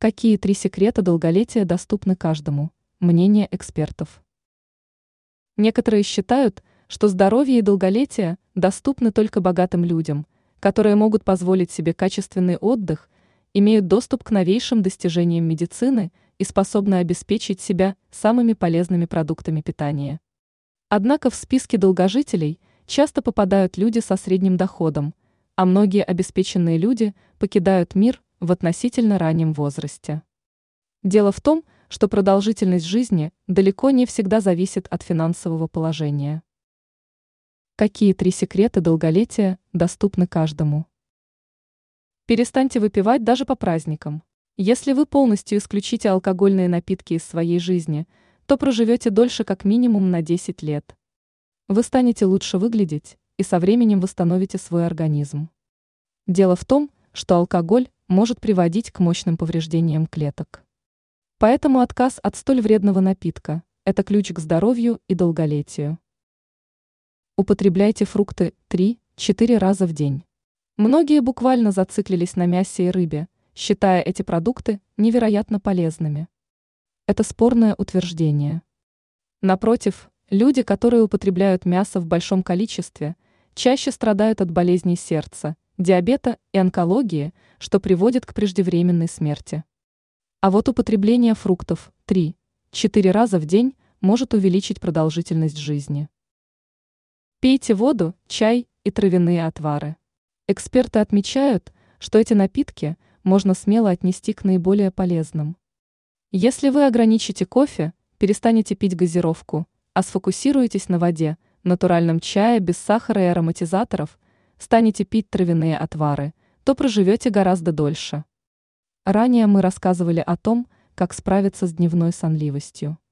Какие 3 секрета долголетия доступны каждому? Мнение экспертов. Некоторые считают, что здоровье и долголетие доступны только богатым людям, которые могут позволить себе качественный отдых, имеют доступ к новейшим достижениям медицины и способны обеспечить себя самыми полезными продуктами питания. Однако в списке долгожителей часто попадают люди со средним доходом, а многие обеспеченные люди покидают мир в относительно раннем возрасте. Дело в том, что продолжительность жизни далеко не всегда зависит от финансового положения. Какие 3 секрета долголетия доступны каждому? Перестаньте выпивать даже по праздникам. Если вы полностью исключите алкогольные напитки из своей жизни, то проживете дольше как минимум на 10 лет. Вы станете лучше выглядеть и со временем восстановите свой организм. Дело в том, что алкоголь может приводить к мощным повреждениям клеток. Поэтому отказ от столь вредного напитка – это ключ к здоровью и долголетию. Употребляйте фрукты 3-4 раза в день. Многие буквально зациклились на мясе и рыбе, считая эти продукты невероятно полезными. Это спорное утверждение. Напротив, люди, которые употребляют мясо в большом количестве, чаще страдают от болезней сердца, диабета и онкологии, что приводит к преждевременной смерти. А вот употребление фруктов 3-4 раза в день может увеличить продолжительность жизни. Пейте воду, чай и травяные отвары. Эксперты отмечают, что эти напитки можно смело отнести к наиболее полезным. Если вы ограничите кофе, перестанете пить газировку, а сфокусируетесь на воде, натуральном чае без сахара и ароматизаторов, станете пить травяные отвары, то проживете гораздо дольше. Ранее мы рассказывали о том, как справиться с дневной сонливостью.